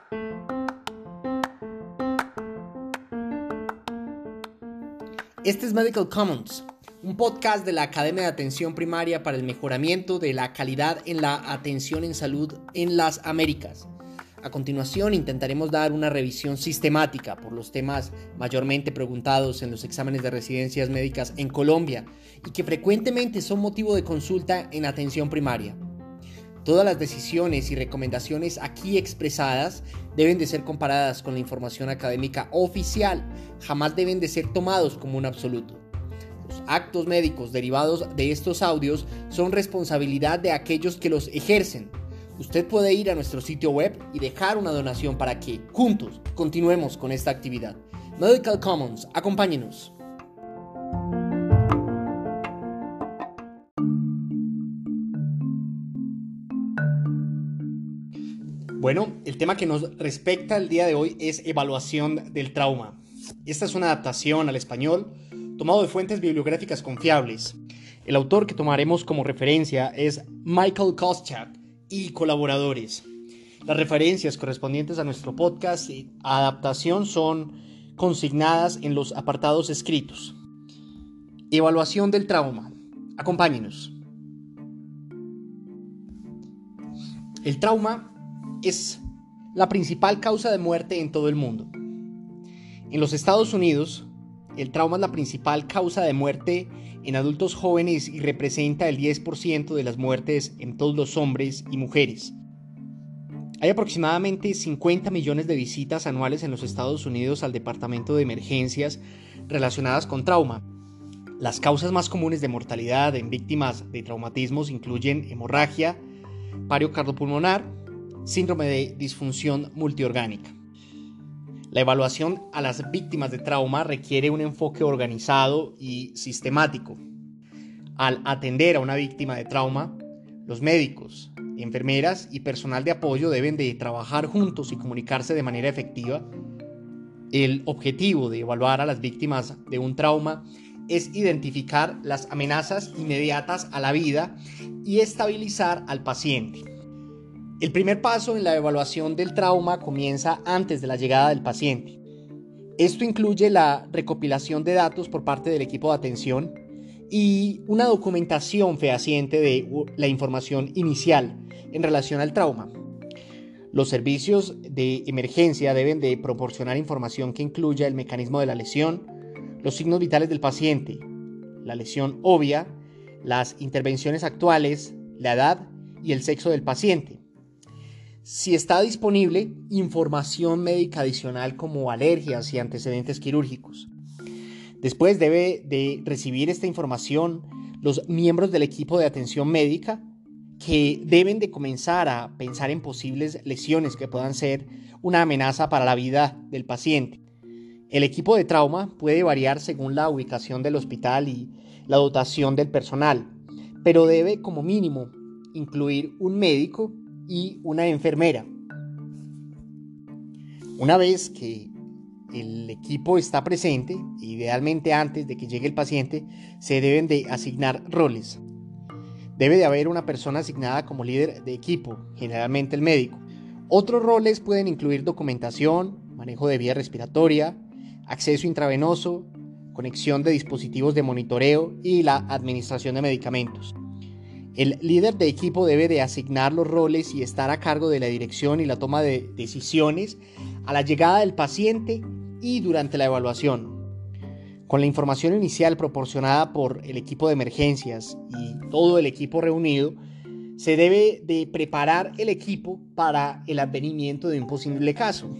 Este es Medical Commons, un podcast de la Academia de Atención Primaria para el mejoramiento de la calidad en la atención en salud en las Américas. A continuación intentaremos dar una revisión sistemática por los temas mayormente preguntados en los exámenes de residencias médicas en Colombia y que frecuentemente son motivo de consulta en atención primaria. Todas las decisiones y recomendaciones aquí expresadas deben de ser comparadas con la información académica oficial, jamás deben de ser tomados como un absoluto. Los actos médicos derivados de estos audios son responsabilidad de aquellos que los ejercen. Usted puede ir a nuestro sitio web y dejar una donación para que, juntos, continuemos con esta actividad. Medical Commons, acompáñenos. Bueno, el tema que nos respecta el día de hoy es evaluación del trauma. Esta es una adaptación al español tomado de fuentes bibliográficas confiables. El autor que tomaremos como referencia es Michael Koschak y colaboradores. Las referencias correspondientes a nuestro podcast y adaptación son consignadas en los apartados escritos. Evaluación del trauma. Acompáñenos. El trauma es la principal causa de muerte en todo el mundo. En los Estados Unidos, el trauma es la principal causa de muerte en adultos jóvenes y representa el 10% de las muertes en todos los hombres y mujeres. Hay aproximadamente 50 millones de visitas anuales en los Estados Unidos al departamento de emergencias relacionadas con trauma. Las causas más comunes de mortalidad en víctimas de traumatismos incluyen hemorragia, paro cardiopulmonar, síndrome de disfunción multiorgánica. La evaluación a las víctimas de trauma requiere un enfoque organizado y sistemático. Al atender a una víctima de trauma, los médicos, enfermeras y personal de apoyo deben de trabajar juntos y comunicarse de manera efectiva. El objetivo de evaluar a las víctimas de un trauma es identificar las amenazas inmediatas a la vida y estabilizar al paciente. El primer paso en la evaluación del trauma comienza antes de la llegada del paciente. Esto incluye la recopilación de datos por parte del equipo de atención y una documentación fehaciente de la información inicial en relación al trauma. Los servicios de emergencia deben de proporcionar información que incluya el mecanismo de la lesión, los signos vitales del paciente, la lesión obvia, las intervenciones actuales, la edad y el sexo del paciente. Si está disponible, información médica adicional como alergias y antecedentes quirúrgicos. Después debe de recibir esta información los miembros del equipo de atención médica que deben de comenzar a pensar en posibles lesiones que puedan ser una amenaza para la vida del paciente. El equipo de trauma puede variar según la ubicación del hospital y la dotación del personal, pero debe como mínimo incluir un médico y una enfermera. Una vez que el equipo está presente, idealmente antes de que llegue el paciente, se deben de asignar roles. Debe de haber una persona asignada como líder de equipo, generalmente el médico. Otros roles pueden incluir documentación, manejo de vía respiratoria, acceso intravenoso, conexión de dispositivos de monitoreo y la administración de medicamentos. El líder de equipo debe de asignar los roles y estar a cargo de la dirección y la toma de decisiones a la llegada del paciente y durante la evaluación. Con la información inicial proporcionada por el equipo de emergencias y todo el equipo reunido, se debe de preparar el equipo para el advenimiento de un posible caso.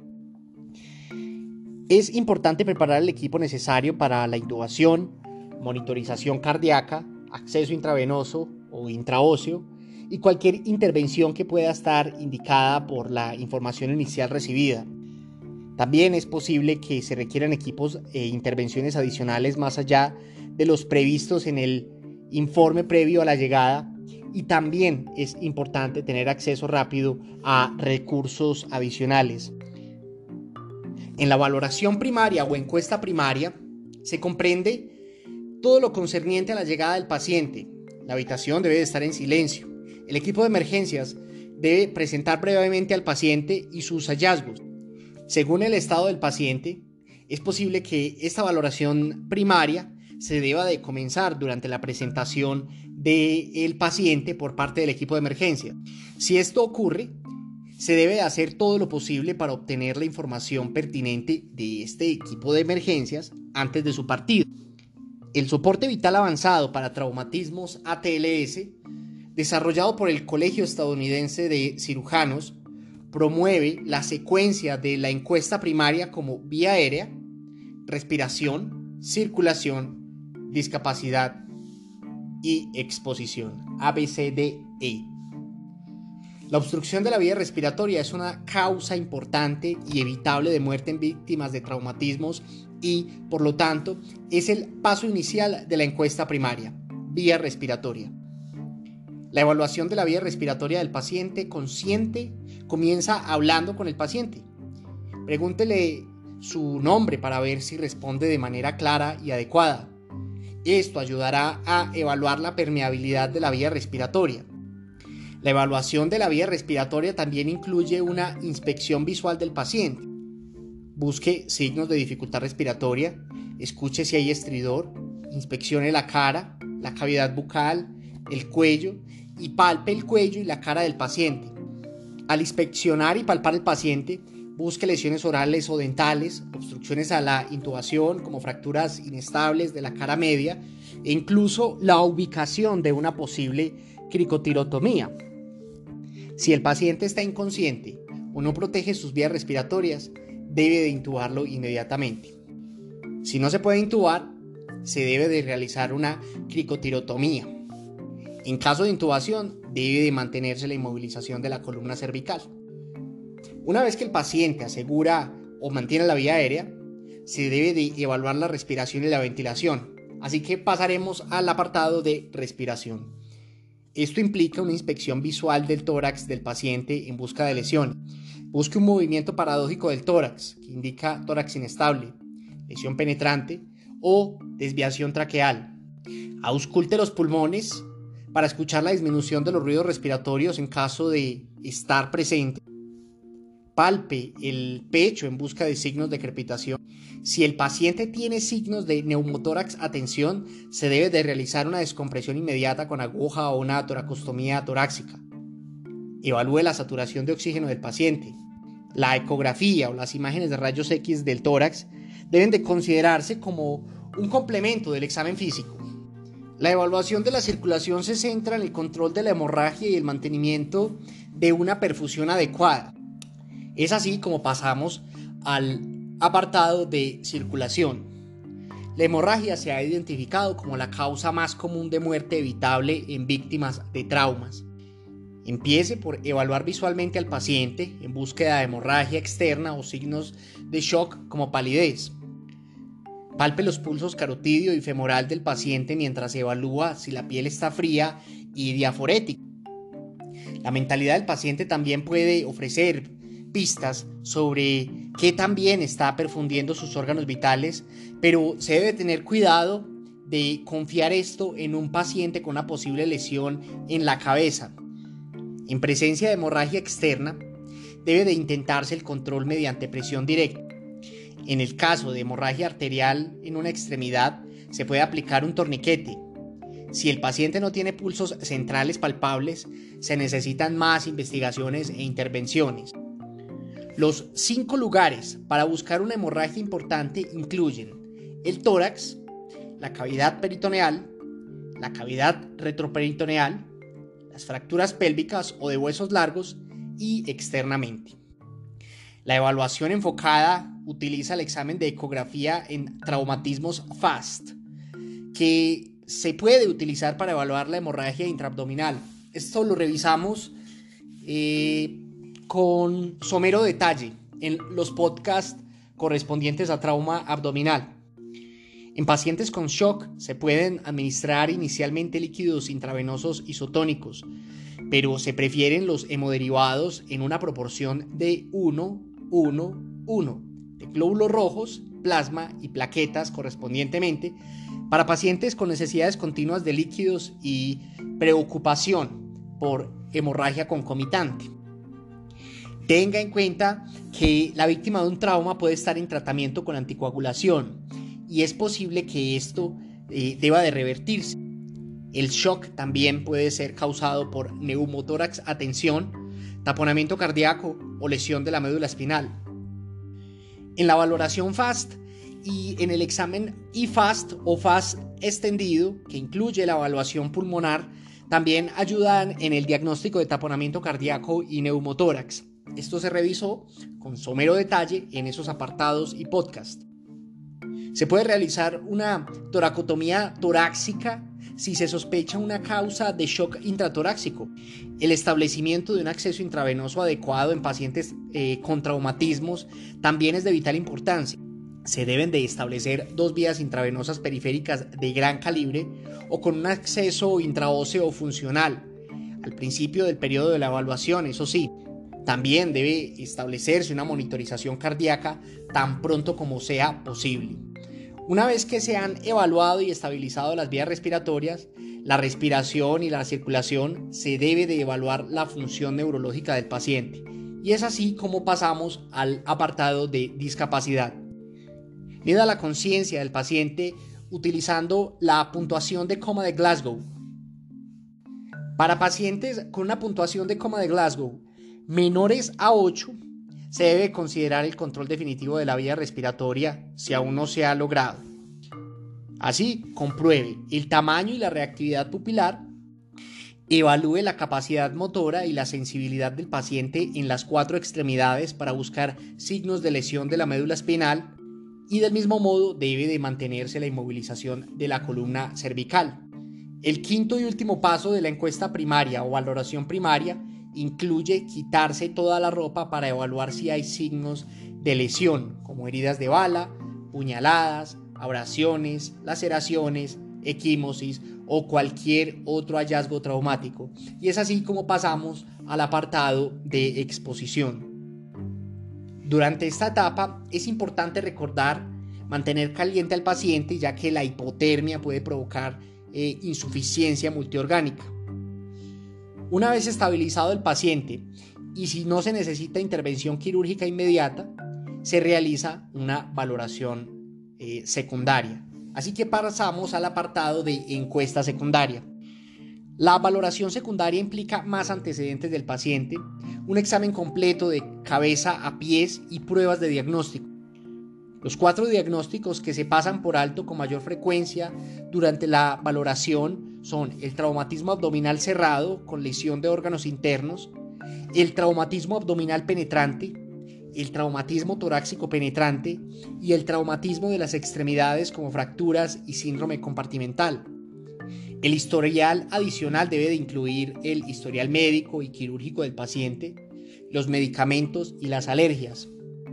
Es importante preparar el equipo necesario para la intubación, monitorización cardíaca, acceso intravenoso o intraóseo y cualquier intervención que pueda estar indicada por la información inicial recibida. También es posible que se requieran equipos e intervenciones adicionales más allá de los previstos en el informe previo a la llegada, y también es importante tener acceso rápido a recursos adicionales. En la valoración primaria o encuesta primaria se comprende todo lo concerniente a la llegada del paciente. La habitación debe de estar en silencio. El equipo de emergencias debe presentar brevemente al paciente y sus hallazgos. Según el estado del paciente, es posible que esta valoración primaria se deba de comenzar durante la presentación del paciente por parte del equipo de emergencia. Si esto ocurre, se debe hacer todo lo posible para obtener la información pertinente de este equipo de emergencias antes de su partido. El soporte vital avanzado para traumatismos ATLS, desarrollado por el Colegio Estadounidense de Cirujanos, promueve la secuencia de la encuesta primaria como vía aérea, respiración, circulación, discapacidad y exposición, ABCDE. La obstrucción de la vía respiratoria es una causa importante y evitable de muerte en víctimas de traumatismos y, por lo tanto, es el paso inicial de la encuesta primaria, vía respiratoria. La evaluación de la vía respiratoria del paciente consciente comienza hablando con el paciente. Pregúntele su nombre para ver si responde de manera clara y adecuada. Esto ayudará a evaluar la permeabilidad de la vía respiratoria. La evaluación de la vía respiratoria también incluye una inspección visual del paciente. Busque signos de dificultad respiratoria, escuche si hay estridor, inspeccione la cara, la cavidad bucal, el cuello y palpe el cuello y la cara del paciente. Al inspeccionar y palpar el paciente, busque lesiones orales o dentales, obstrucciones a la intubación como fracturas inestables de la cara media e incluso la ubicación de una posible cricotirotomía. Si el paciente está inconsciente o no protege sus vías respiratorias, debe de intubarlo inmediatamente. Si no se puede intubar, se debe de realizar una cricotirotomía. En caso de intubación, debe de mantenerse la inmovilización de la columna cervical. Una vez que el paciente asegura o mantiene la vía aérea, se debe de evaluar la respiración y la ventilación. Así que pasaremos al apartado de respiración. Esto implica una inspección visual del tórax del paciente en busca de lesiones. Busque un movimiento paradójico del tórax, que indica tórax inestable, lesión penetrante o desviación traqueal. Ausculte los pulmones para escuchar la disminución de los ruidos respiratorios en caso de estar presente. Palpe el pecho en busca de signos de crepitación. Si el paciente tiene signos de neumotórax, atención, se debe de realizar una descompresión inmediata con aguja o una toracostomía torácica. Evalúe la saturación de oxígeno del paciente. La ecografía o las imágenes de rayos X del tórax deben de considerarse como un complemento del examen físico. La evaluación de la circulación se centra en el control de la hemorragia y el mantenimiento de una perfusión adecuada. Es así como pasamos al apartado de circulación. La hemorragia se ha identificado como la causa más común de muerte evitable en víctimas de traumas. Empiece por evaluar visualmente al paciente en búsqueda de hemorragia externa o signos de shock como palidez. Palpe los pulsos carotidio y femoral del paciente mientras evalúa si la piel está fría y diaforética. La mentalidad del paciente también puede ofrecer pistas sobre qué tan bien está perfundiendo sus órganos vitales, pero se debe tener cuidado de confiar esto en un paciente con una posible lesión en la cabeza. En presencia de hemorragia externa, debe de intentarse el control mediante presión directa. En el caso de hemorragia arterial en una extremidad, se puede aplicar un torniquete. Si el paciente no tiene pulsos centrales palpables, se necesitan más investigaciones e intervenciones. Los 5 lugares para buscar una hemorragia importante incluyen el tórax, la cavidad peritoneal, la cavidad retroperitoneal, las fracturas pélvicas o de huesos largos y externamente. La evaluación enfocada utiliza el examen de ecografía en traumatismos FAST, que se puede utilizar para evaluar la hemorragia intraabdominal. Esto lo revisamos con somero detalle en los podcasts correspondientes a trauma abdominal. En pacientes con shock se pueden administrar inicialmente líquidos intravenosos isotónicos, pero se prefieren los hemoderivados en una proporción de 1:1:1 de glóbulos rojos, plasma y plaquetas correspondientemente para pacientes con necesidades continuas de líquidos y preocupación por hemorragia concomitante. Tenga en cuenta que la víctima de un trauma puede estar en tratamiento con anticoagulación y es posible que esto deba de revertirse. El shock también puede ser causado por neumotórax a tensión, taponamiento cardíaco o lesión de la médula espinal. En la valoración FAST y en el examen IFAST o FAST extendido, que incluye la evaluación pulmonar, también ayudan en el diagnóstico de taponamiento cardíaco y neumotórax. Esto se revisó con somero detalle en esos apartados y podcast. Se puede realizar una toracotomía torácica si se sospecha una causa de shock intratorácico. El establecimiento de un acceso intravenoso adecuado en pacientes con traumatismos también es de vital importancia. Se deben de establecer 2 vías intravenosas periféricas de gran calibre o con un acceso intraóseo funcional. Al principio del periodo de la evaluación, eso sí, también debe establecerse una monitorización cardíaca tan pronto como sea posible. Una vez que se han evaluado y estabilizado las vías respiratorias, la respiración y la circulación, se debe de evaluar la función neurológica del paciente. Y es así como pasamos al apartado de discapacidad. Mida la conciencia del paciente utilizando la puntuación de coma de Glasgow. Para pacientes con una puntuación de coma de Glasgow menores a 8, se debe considerar el control definitivo de la vía respiratoria si aún no se ha logrado. Así, compruebe el tamaño y la reactividad pupilar, evalúe la capacidad motora y la sensibilidad del paciente en las 4 extremidades para buscar signos de lesión de la médula espinal y del mismo modo debe de mantenerse la inmovilización de la columna cervical. El quinto y último paso de la encuesta primaria o valoración primaria incluye quitarse toda la ropa para evaluar si hay signos de lesión, como heridas de bala, puñaladas, abrasiones, laceraciones, equimosis o cualquier otro hallazgo traumático. Y es así como pasamos al apartado de exposición. Durante esta etapa es importante recordar mantener caliente al paciente, ya que la hipotermia puede provocar insuficiencia multiorgánica. Una vez estabilizado el paciente y si no se necesita intervención quirúrgica inmediata, se realiza una valoración secundaria. Así que pasamos al apartado de encuesta secundaria. La valoración secundaria implica más antecedentes del paciente, un examen completo de cabeza a pies y pruebas de diagnóstico. Los 4 diagnósticos que se pasan por alto con mayor frecuencia durante la valoración son el traumatismo abdominal cerrado con lesión de órganos internos, el traumatismo abdominal penetrante, el traumatismo torácico penetrante y el traumatismo de las extremidades como fracturas y síndrome compartimental. El historial adicional debe de incluir el historial médico y quirúrgico del paciente, los medicamentos y las alergias.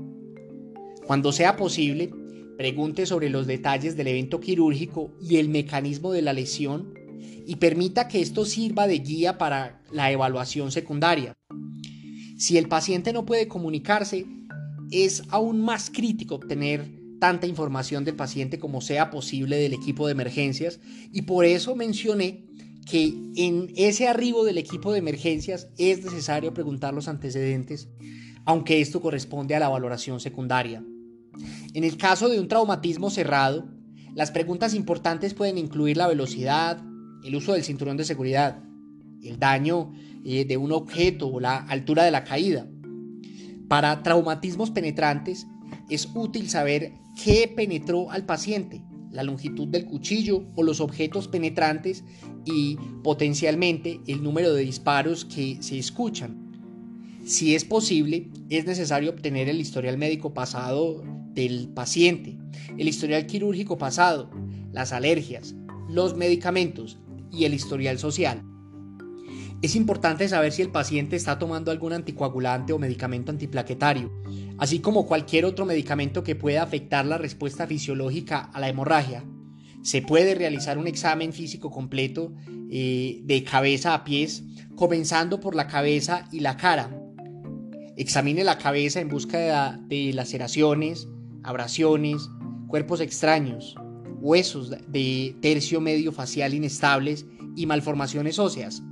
Cuando sea posible, pregunte sobre los detalles del evento quirúrgico y el mecanismo de la lesión y permita que esto sirva de guía para la evaluación secundaria. Si el paciente no puede comunicarse, es aún más crítico obtener tanta información del paciente como sea posible del equipo de emergencias y por eso mencioné que en ese arribo del equipo de emergencias es necesario preguntar los antecedentes, aunque esto corresponde a la valoración secundaria. En el caso de un traumatismo cerrado, las preguntas importantes pueden incluir la velocidad, el uso del cinturón de seguridad, el daño de un objeto o la altura de la caída. Para traumatismos penetrantes es útil saber qué penetró al paciente, la longitud del cuchillo o los objetos penetrantes y potencialmente el número de disparos que se escuchan. Si es posible, es necesario obtener el historial médico pasado del paciente, el historial quirúrgico pasado, las alergias, los medicamentos y el historial social. Es importante saber si el paciente está tomando algún anticoagulante o medicamento antiplaquetario, así como cualquier otro medicamento que pueda afectar la respuesta fisiológica a la hemorragia. Se puede realizar un examen físico completo de cabeza a pies, comenzando por la cabeza y la cara. Examine la cabeza en busca de laceraciones, abrasiones, cuerpos extraños, huesos de tercio medio facial inestables y malformaciones óseas.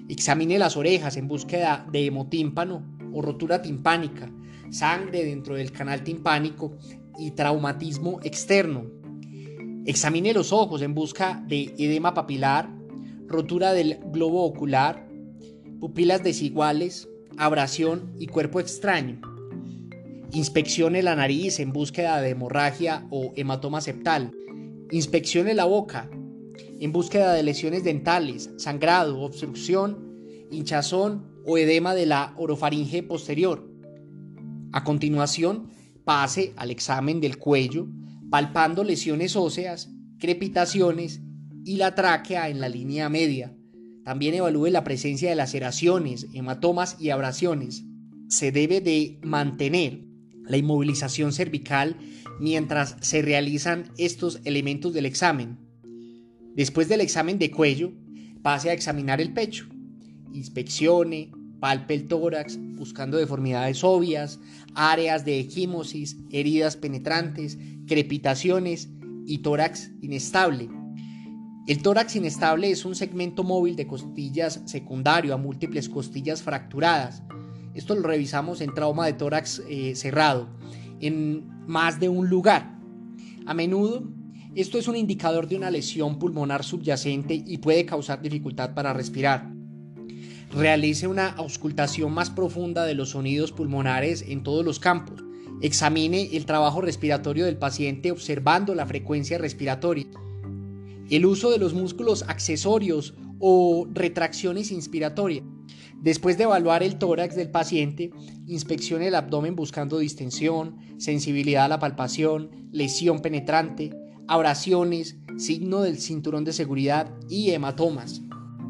Examine las orejas en búsqueda de hemotímpano o rotura timpánica, sangre dentro del canal timpánico y traumatismo externo. Examine los ojos en busca de edema papilar, rotura del globo ocular, pupilas desiguales, abrasión y cuerpo extraño. Inspeccione la nariz en búsqueda de hemorragia o hematoma septal. Inspeccione la boca en búsqueda de lesiones dentales, sangrado, obstrucción, hinchazón o edema de la orofaringe posterior. A continuación, pase al examen del cuello, palpando lesiones óseas, crepitaciones y la tráquea en la línea media. También evalúe la presencia de laceraciones, hematomas y abrasiones. Se debe de mantener la inmovilización cervical mientras se realizan estos elementos del examen. Después del examen de cuello, pase a examinar el pecho. Inspeccione, palpe el tórax buscando deformidades obvias, áreas de equimosis, heridas penetrantes, crepitaciones y tórax inestable. El tórax inestable es un segmento móvil de costillas secundario a múltiples costillas fracturadas. Esto lo revisamos en trauma de tórax cerrado, en más de un lugar. A menudo, esto es un indicador de una lesión pulmonar subyacente y puede causar dificultad para respirar. Realice una auscultación más profunda de los sonidos pulmonares en todos los campos. Examine el trabajo respiratorio del paciente observando la frecuencia respiratoria. El uso de los músculos accesorios o retracciones inspiratorias. Después de evaluar el tórax del paciente, inspeccione el abdomen buscando distensión, sensibilidad a la palpación, lesión penetrante, abrasiones, signo del cinturón de seguridad y hematomas.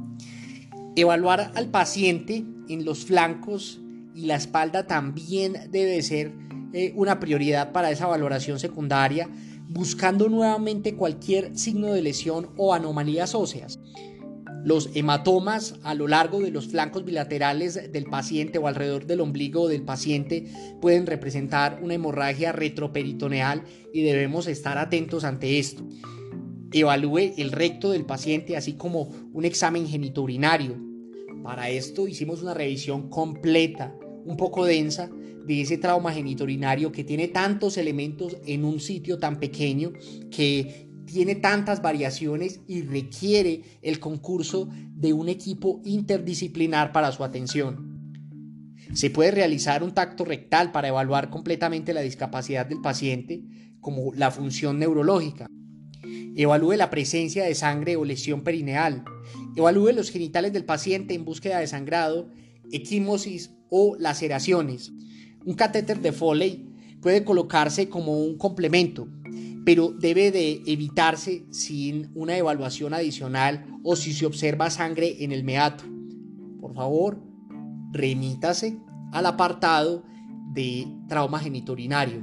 Evaluar al paciente en los flancos y la espalda también debe ser una prioridad para esa valoración secundaria, buscando nuevamente cualquier signo de lesión o anomalías óseas. Los hematomas a lo largo de los flancos bilaterales del paciente o alrededor del ombligo del paciente pueden representar una hemorragia retroperitoneal y debemos estar atentos ante esto. Evalúe el recto del paciente así como un examen genitourinario. Para esto hicimos una revisión completa, un poco densa, de ese trauma genitourinario que tiene tantos elementos en un sitio tan pequeño, que tiene tantas variaciones y requiere el concurso de un equipo interdisciplinar para su atención. Se puede realizar un tacto rectal para evaluar completamente la discapacidad del paciente, como la función neurológica. Evalúe la presencia de sangre o lesión perineal. Evalúe los genitales del paciente en búsqueda de sangrado, equimosis o laceraciones. Un catéter de Foley puede colocarse como un complemento, pero debe de evitarse sin una evaluación adicional o si se observa sangre en el meato. Por favor, remítase al apartado de trauma genitourinario.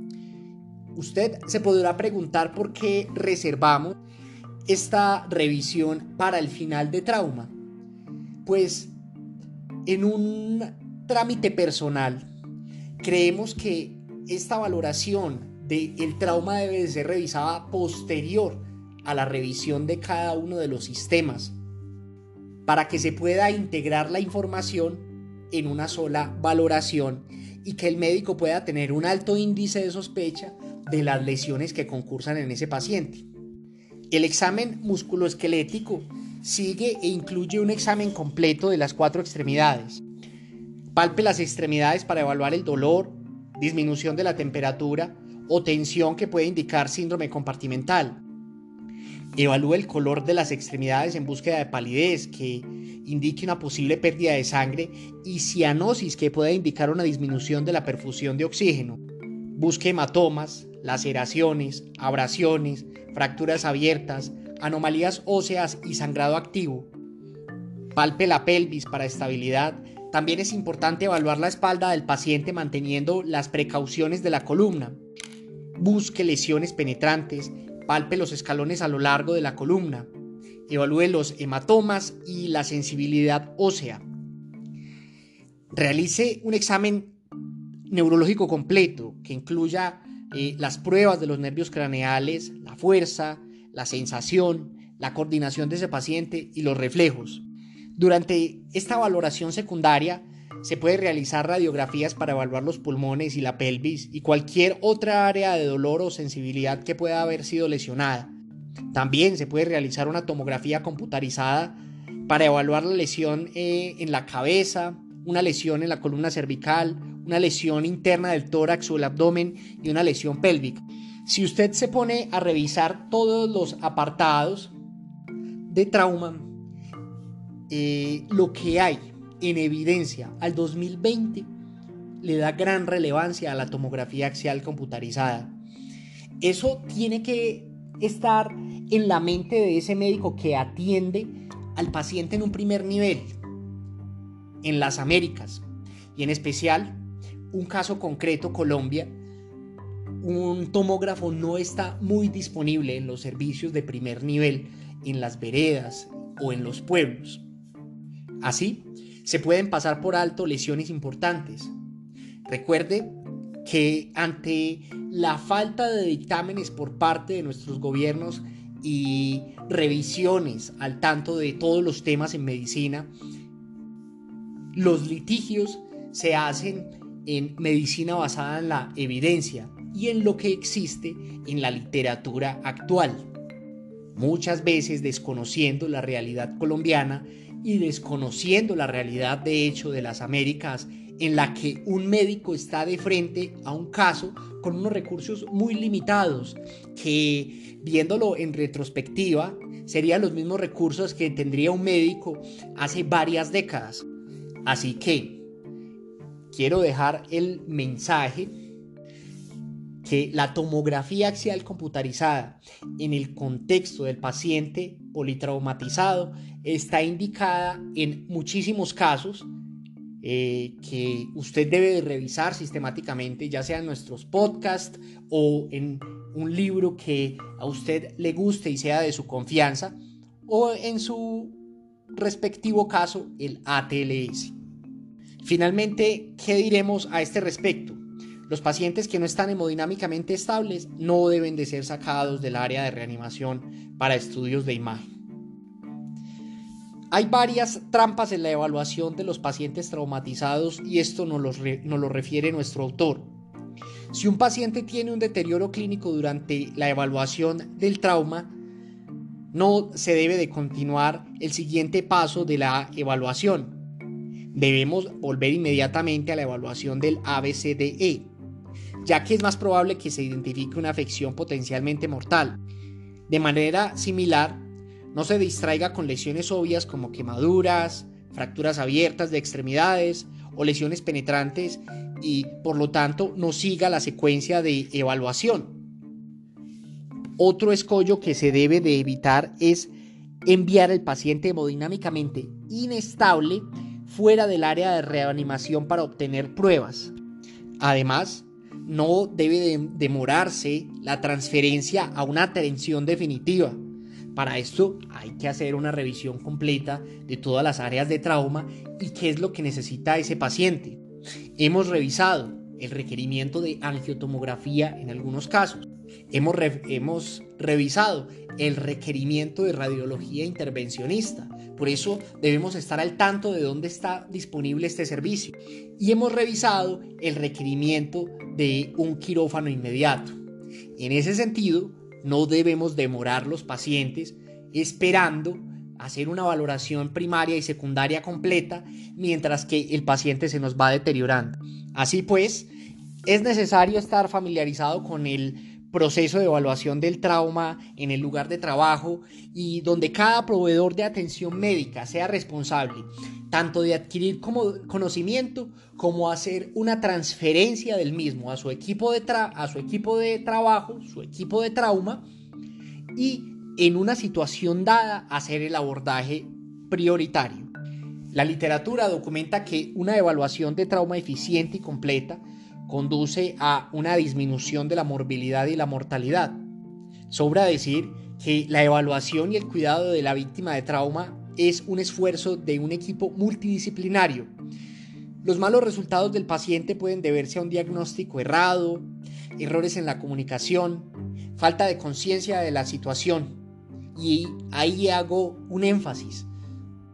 Usted se podrá preguntar por qué reservamos esta revisión para el final de trauma. Pues en un trámite personal creemos que esta valoración del trauma debe de ser revisada posterior a la revisión de cada uno de los sistemas para que se pueda integrar la información en una sola valoración y que el médico pueda tener un alto índice de sospecha de las lesiones que concursan en ese paciente. El examen musculoesquelético sigue e incluye un examen completo de las 4 extremidades. Palpe las extremidades para evaluar el dolor, disminución de la temperatura o tensión que puede indicar síndrome compartimental. Evalúe el color de las extremidades en búsqueda de palidez que indique una posible pérdida de sangre y cianosis que pueda indicar una disminución de la perfusión de oxígeno. Busque hematomas, laceraciones, abrasiones, fracturas abiertas, anomalías óseas y sangrado activo. Palpe la pelvis para estabilidad. También es importante evaluar la espalda del paciente manteniendo las precauciones de la columna. Busque lesiones penetrantes, palpe los escalones a lo largo de la columna. Evalúe los hematomas y la sensibilidad ósea. Realice un examen neurológico completo que incluya las pruebas de los nervios craneales, la fuerza, la sensación, la coordinación de ese paciente y los reflejos. Durante esta valoración secundaria se puede realizar radiografías para evaluar los pulmones y la pelvis y cualquier otra área de dolor o sensibilidad que pueda haber sido lesionada. También se puede realizar una tomografía computarizada para evaluar la lesión en la cabeza, una lesión en la columna cervical, una lesión interna del tórax o el abdomen y una lesión pélvica. Si usted se pone a revisar todos los apartados de trauma, lo que hay en evidencia al 2020 le da gran relevancia a la tomografía axial computarizada. Eso tiene que estar en la mente de ese médico que atiende al paciente en un primer nivel en las Américas, y en especial un caso concreto, Colombia. Un tomógrafo no está muy disponible en los servicios de primer nivel en las veredas o en los pueblos. Así, se pueden pasar por alto lesiones importantes. Recuerde que ante la falta de dictámenes por parte de nuestros gobiernos y revisiones al tanto de todos los temas en medicina, los litigios se hacen en medicina basada en la evidencia y en lo que existe en la literatura actual, muchas veces desconociendo la realidad colombiana y desconociendo la realidad de hecho de las Américas, en la que un médico está de frente a un caso con unos recursos muy limitados que, viéndolo en retrospectiva, serían los mismos recursos que tendría un médico hace varias décadas. Así que quiero dejar el mensaje que la tomografía axial computarizada en el contexto del paciente politraumatizado está indicada en muchísimos casos que usted debe de revisar sistemáticamente, ya sea en nuestros podcasts o en un libro que a usted le guste y sea de su confianza, o en su respectivo caso el ATLS. Finalmente, ¿qué diremos a este respecto? Los pacientes que no están hemodinámicamente estables no deben de ser sacados del área de reanimación para estudios de imagen. Hay varias trampas en la evaluación de los pacientes traumatizados y esto nos lo refiere nuestro autor. Si un paciente tiene un deterioro clínico durante la evaluación del trauma, no se debe de continuar el siguiente paso de la evaluación. Debemos volver inmediatamente a la evaluación del ABCDE, ya que es más probable que se identifique una afección potencialmente mortal. De manera similar, no se distraiga con lesiones obvias como quemaduras, fracturas abiertas de extremidades o lesiones penetrantes y, por lo tanto, no siga la secuencia de evaluación. Otro escollo que se debe de evitar es enviar al paciente hemodinámicamente inestable fuera del área de reanimación para obtener pruebas. Además, no debe demorarse la transferencia a una atención definitiva. Para esto hay que hacer una revisión completa de todas las áreas de trauma y qué es lo que necesita ese paciente. Hemos revisado el requerimiento de angiotomografía en algunos casos. Hemos revisado el requerimiento de radiología intervencionista. Por eso debemos estar al tanto de dónde está disponible este servicio. Y hemos revisado el requerimiento de un quirófano inmediato. En ese sentido, no debemos demorar los pacientes esperando hacer una valoración primaria y secundaria completa mientras que el paciente se nos va deteriorando. Así pues, es necesario estar familiarizado con el proceso de evaluación del trauma en el lugar de trabajo y donde cada proveedor de atención médica sea responsable tanto de adquirir conocimiento como hacer una transferencia del mismo a su equipo de trabajo, su equipo de trauma, y en una situación dada hacer el abordaje prioritario. La literatura documenta que una evaluación de trauma eficiente y completa conduce a una disminución de la morbilidad y la mortalidad. Sobra decir que la evaluación y el cuidado de la víctima de trauma es un esfuerzo de un equipo multidisciplinario. Los malos resultados del paciente pueden deberse a un diagnóstico errado, errores en la comunicación, falta de conciencia de la situación. Y ahí hago un énfasis.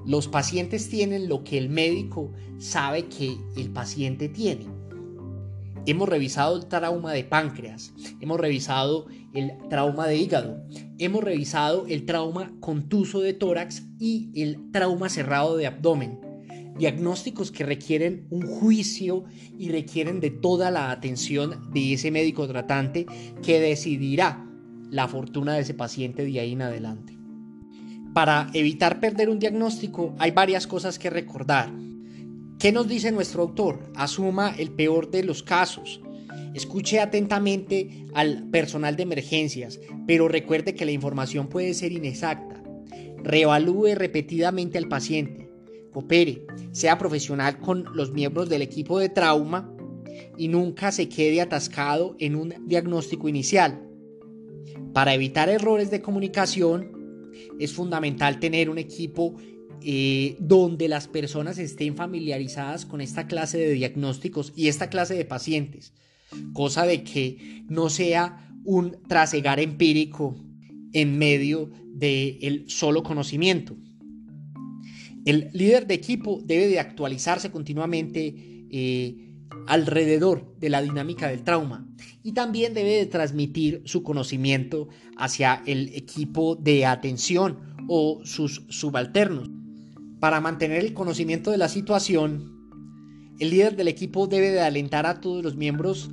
Los pacientes tienen lo que el médico sabe que el paciente tiene. Hemos revisado el trauma de páncreas, hemos revisado el trauma de hígado, hemos revisado el trauma contuso de tórax y el trauma cerrado de abdomen. Diagnósticos que requieren un juicio y requieren de toda la atención de ese médico tratante que decidirá la fortuna de ese paciente de ahí en adelante. Para evitar perder un diagnóstico hay varias cosas que recordar. ¿Qué nos dice nuestro autor? Asuma el peor de los casos. Escuche atentamente al personal de emergencias, pero recuerde que la información puede ser inexacta. Reevalúe repetidamente al paciente. Coopere, sea profesional con los miembros del equipo de trauma y nunca se quede atascado en un diagnóstico inicial. Para evitar errores de comunicación, es fundamental tener un equipo donde las personas estén familiarizadas con esta clase de diagnósticos y esta clase de pacientes, cosa de que no sea un trasegar empírico en medio del solo conocimiento. El líder de equipo debe de actualizarse continuamente alrededor de la dinámica del trauma y también debe de transmitir su conocimiento hacia el equipo de atención o sus subalternos. Para mantener el conocimiento de la situación, el líder del equipo debe de alentar a todos los miembros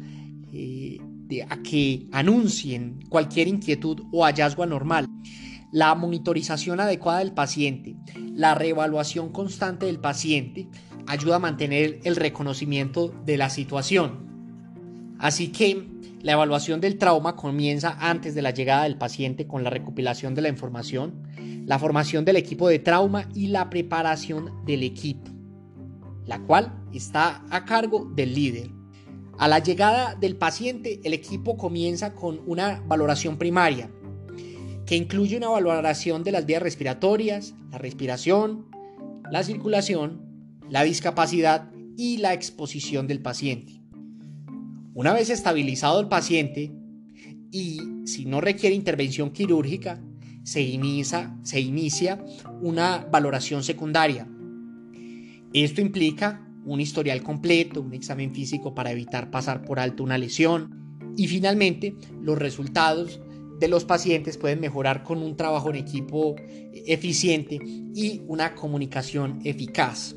a que anuncien cualquier inquietud o hallazgo anormal. La monitorización adecuada del paciente, la reevaluación constante del paciente ayuda a mantener el reconocimiento de la situación. Así que la evaluación del trauma comienza antes de la llegada del paciente con la recopilación de la información, la formación del equipo de trauma y la preparación del equipo, la cual está a cargo del líder. A la llegada del paciente, el equipo comienza con una valoración primaria, que incluye una valoración de las vías respiratorias, la respiración, la circulación, la discapacidad y la exposición del paciente. Una vez estabilizado el paciente y si no requiere intervención quirúrgica, se inicia una valoración secundaria. Esto implica un historial completo, un examen físico para evitar pasar por alto una lesión y finalmente los resultados de los pacientes pueden mejorar con un trabajo en equipo eficiente y una comunicación eficaz.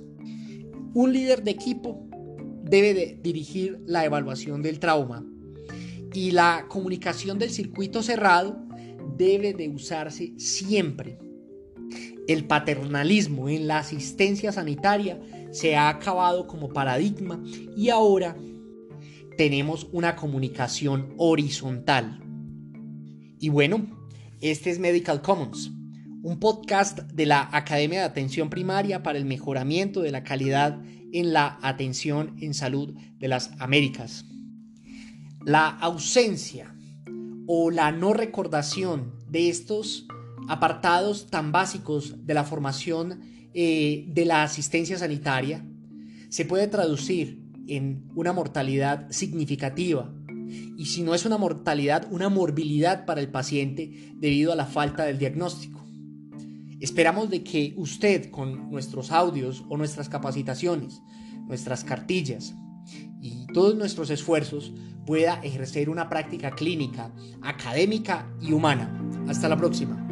Un líder de equipo debe de dirigir la evaluación del trauma y la comunicación del circuito cerrado debe de usarse siempre. El paternalismo en la asistencia sanitaria se ha acabado como paradigma y ahora tenemos una comunicación horizontal. Y bueno, este es Medical Commons, un podcast de la Academia de Atención Primaria para el mejoramiento de la calidad en la atención en salud de las Américas. La ausencia o la no recordación de estos apartados tan básicos de la formación de la asistencia sanitaria se puede traducir en una mortalidad significativa y si no es una mortalidad, una morbilidad para el paciente debido a la falta del diagnóstico. Esperamos de que usted con nuestros audios o nuestras capacitaciones, nuestras cartillas y todos nuestros esfuerzos pueda ejercer una práctica clínica, académica y humana. Hasta la próxima.